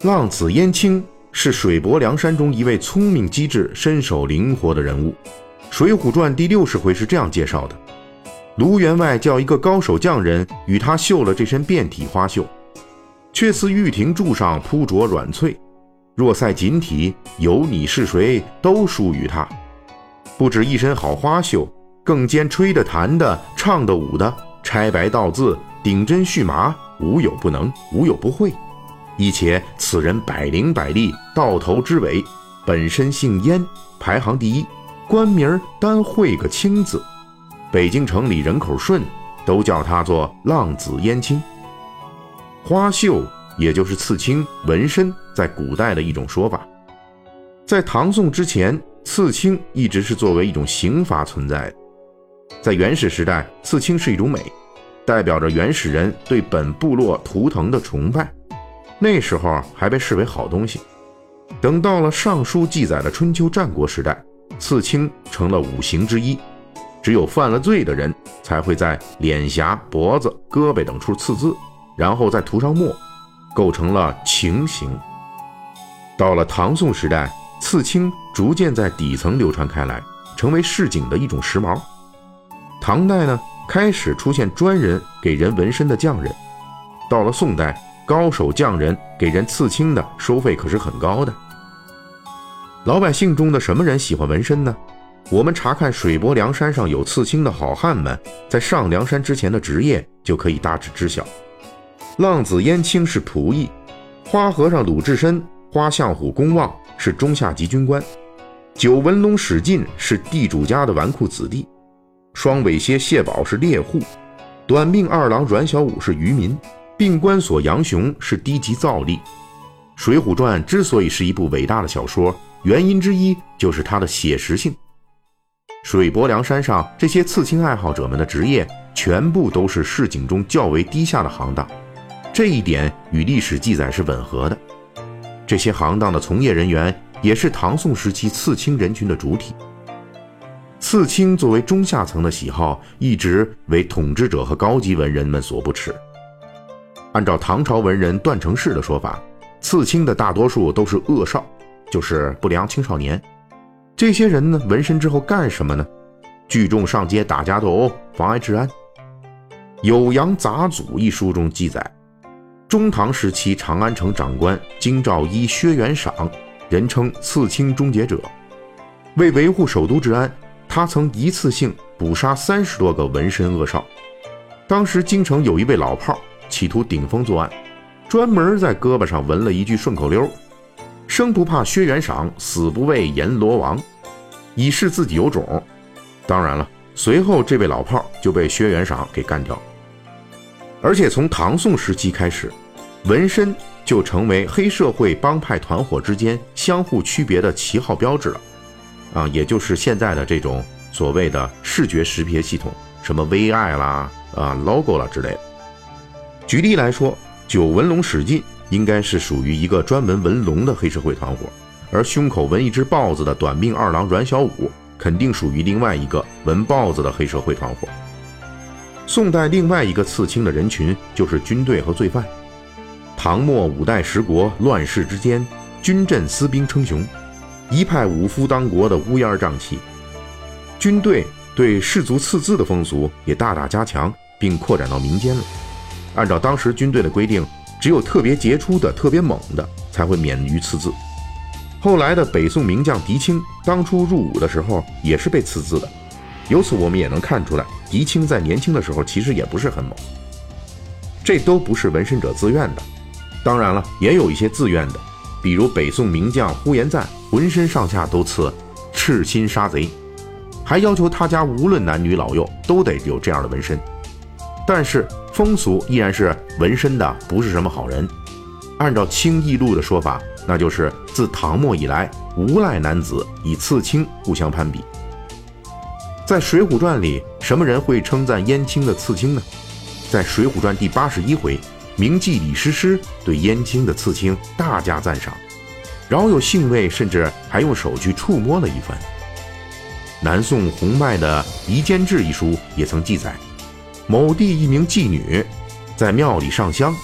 浪子燕青是水泊梁山中一位聪明机智、身手灵活的人物。水浒传第60回是这样介绍的：卢员外叫一个高手匠人与他绣了这身遍体花绣，却似玉亭柱上铺着软翠，若赛锦体，有你是谁都输于他。不止一身好花绣，更兼吹的弹的唱的舞的，拆白道字，顶针续麻，无有不能，无有不会。亦且此人百灵百力，到头之尾，本身姓燕，排行第一，官名单会个青字，北京城里人口顺，都叫他做浪子燕青。花绣也就是刺青、纹身，在古代的一种说法。在唐宋之前，刺青一直是作为一种刑罚存在的。在原始时代，刺青是一种美，代表着原始人对本部落图腾的崇拜，那时候还被视为好东西。等到了上书记载的春秋战国时代，刺青成了五刑之一，只有犯了罪的人才会在脸颊、脖子、胳膊等处刺字，然后再涂上墨，构成了情刑。到了唐宋时代，刺青逐渐在底层流传开来，成为市井的一种时髦。唐代呢，开始出现专人给人纹身的匠人。到了宋代，高手匠人给人刺青的收费可是很高的。老百姓中的什么人喜欢纹身呢？我们查看水泊梁山上有刺青的好汉们在上梁山之前的职业，就可以大致知晓。浪子燕青是仆役，花和尚鲁智深、花相虎公望是中下级军官，九纹龙史进是地主家的纨绔子弟，双尾蝎谢宝是猎户，短命二郎阮小五是渔民，病关索杨雄是低级造吏。水浒传之所以是一部伟大的小说，原因之一就是它的写实性。水泊梁山上这些刺青爱好者们的职业全部都是市井中较为低下的行当，这一点与历史记载是吻合的。这些行当的从业人员也是唐宋时期刺青人群的主体。刺青作为中下层的喜好，一直为统治者和高级文人们所不齿。按照唐朝文人段成式的说法，刺青的大多数都是恶少，就是不良青少年。这些人呢，纹身之后干什么呢？聚众上街打架斗殴，妨碍治安。《酉阳杂俎》一书中记载，中唐时期长安城长官京兆尹薛元赏，人称刺青终结者。为维护首都治安，他曾一次性捕杀30多个纹身恶少。当时京城有一位老炮企图顶风作案，专门在胳膊上纹了一句顺口溜：生不怕薛元赏，死不畏阎罗王，以示自己有种。当然了，随后这位老炮就被薛元赏给干掉。而且从唐宋时期开始，纹身就成为黑社会帮派团伙之间相互区别的旗号标志了，也就是现在的这种所谓的视觉识别系统，什么 VI 啦、logo 啦之类的。举例来说，九纹龙史进应该是属于一个专门纹龙的黑社会团伙，而胸口纹一只豹子的短命二郎阮小五肯定属于另外一个纹豹子的黑社会团伙。宋代另外一个刺青的人群就是军队和罪犯。唐末五代十国乱世之间，军阵私兵称雄，一派武夫当国的乌烟瘴气。军队对士卒刺字的风俗也大大加强，并扩展到民间了。按照当时军队的规定，只有特别杰出的、特别猛的才会免于刺字。后来的北宋名将狄青当初入伍的时候也是被刺字的，由此我们也能看出来，狄青在年轻的时候其实也不是很猛。这都不是纹身者自愿的，当然了，也有一些自愿的，比如北宋名将呼延赞浑身上下都刺赤心杀贼，还要求他家无论男女老幼都得有这样的纹身。但是风俗依然是纹身的不是什么好人。按照清议录的说法，那就是自唐末以来，无赖男子以刺青互相攀比。在水浒传里，什么人会称赞燕青的刺青呢？在水浒传第81回，名妓李师师对燕青的刺青大加赞赏，饶有兴味，甚至还用手去触摸了一番。南宋洪迈的《夷坚志》一书也曾记载，某地一名妓女在庙里上香，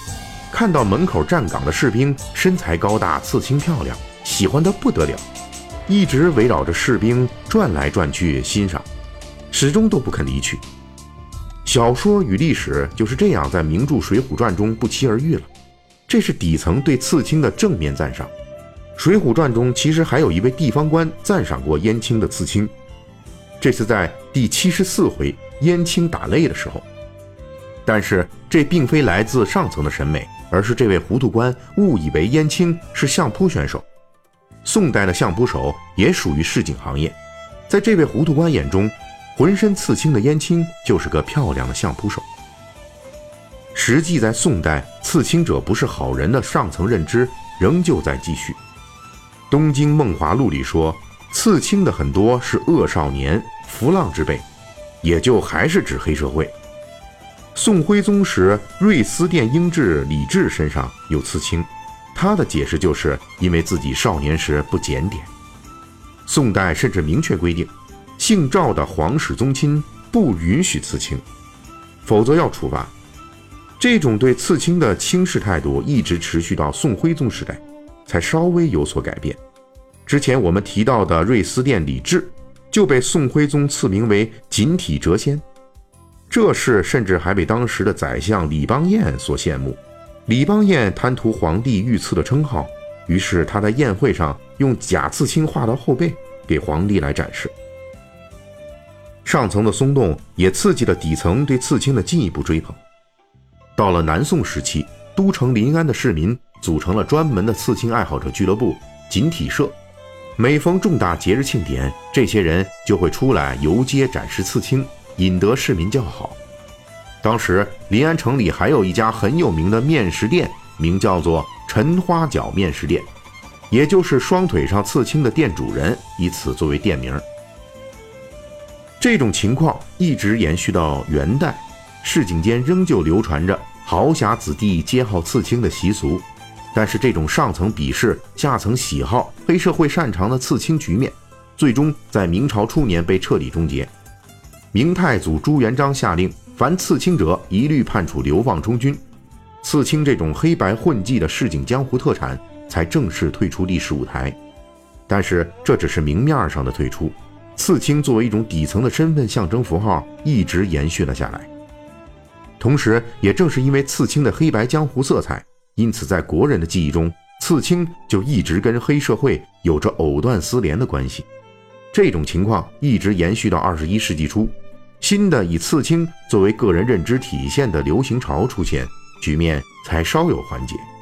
看到门口站岗的士兵身材高大，刺青漂亮，喜欢得不得了，一直围绕着士兵转来转去欣赏，始终都不肯离去。小说与历史就是这样在名著《水浒传》中不期而遇了，这是底层对刺青的正面赞赏。《水浒传》中其实还有一位地方官赞赏过燕青的刺青，这是在第74回燕青打擂的时候。但是这并非来自上层的审美，而是这位糊涂官误以为燕青是相扑选手。宋代的相扑手也属于市井行业，在这位糊涂官眼中，浑身刺青的燕青就是个漂亮的相扑手。实际在宋代，刺青者不是好人的上层认知仍旧在继续。《东京梦华录》里说，刺青的很多是恶少年、浮浪之辈，也就还是指黑社会。宋徽宗时，瑞思殿英制李治身上有刺青，他的解释就是因为自己少年时不检点。宋代甚至明确规定，姓赵的皇室宗亲不允许刺青，否则要处罚。这种对刺青的轻视态度一直持续到宋徽宗时代，才稍微有所改变。之前我们提到的瑞思殿李治就被宋徽宗赐名为锦体谪仙，这事甚至还被当时的宰相李邦彦所羡慕。李邦彦贪图皇帝御赐的称号，于是他在宴会上用假刺青画到后背，给皇帝来展示。上层的松动也刺激了底层对刺青的进一步追捧。到了南宋时期，都城临安的市民组成了专门的刺青爱好者俱乐部锦体社，每逢重大节日庆典，这些人就会出来游街展示刺青，引得市民叫好。当时临安城里还有一家很有名的面食店，名叫做陈花角面食店，也就是双腿上刺青的店主人以此作为店名。这种情况一直延续到元代，市井间仍旧流传着豪侠子弟皆好刺青的习俗，但是这种上层鄙视下层喜好、黑社会擅长的刺青局面，最终在明朝初年被彻底终结。明太祖朱元璋下令，凡刺青者一律判处流放充军，刺青这种黑白混迹的市井江湖特产才正式退出历史舞台。但是这只是明面上的退出，刺青作为一种底层的身份象征符号一直延续了下来。同时也正是因为刺青的黑白江湖色彩，因此在国人的记忆中，刺青就一直跟黑社会有着藕断丝连的关系。这种情况一直延续到21世纪初，新的以刺青作为个人认知体现的流行潮出现，局面才稍有缓解。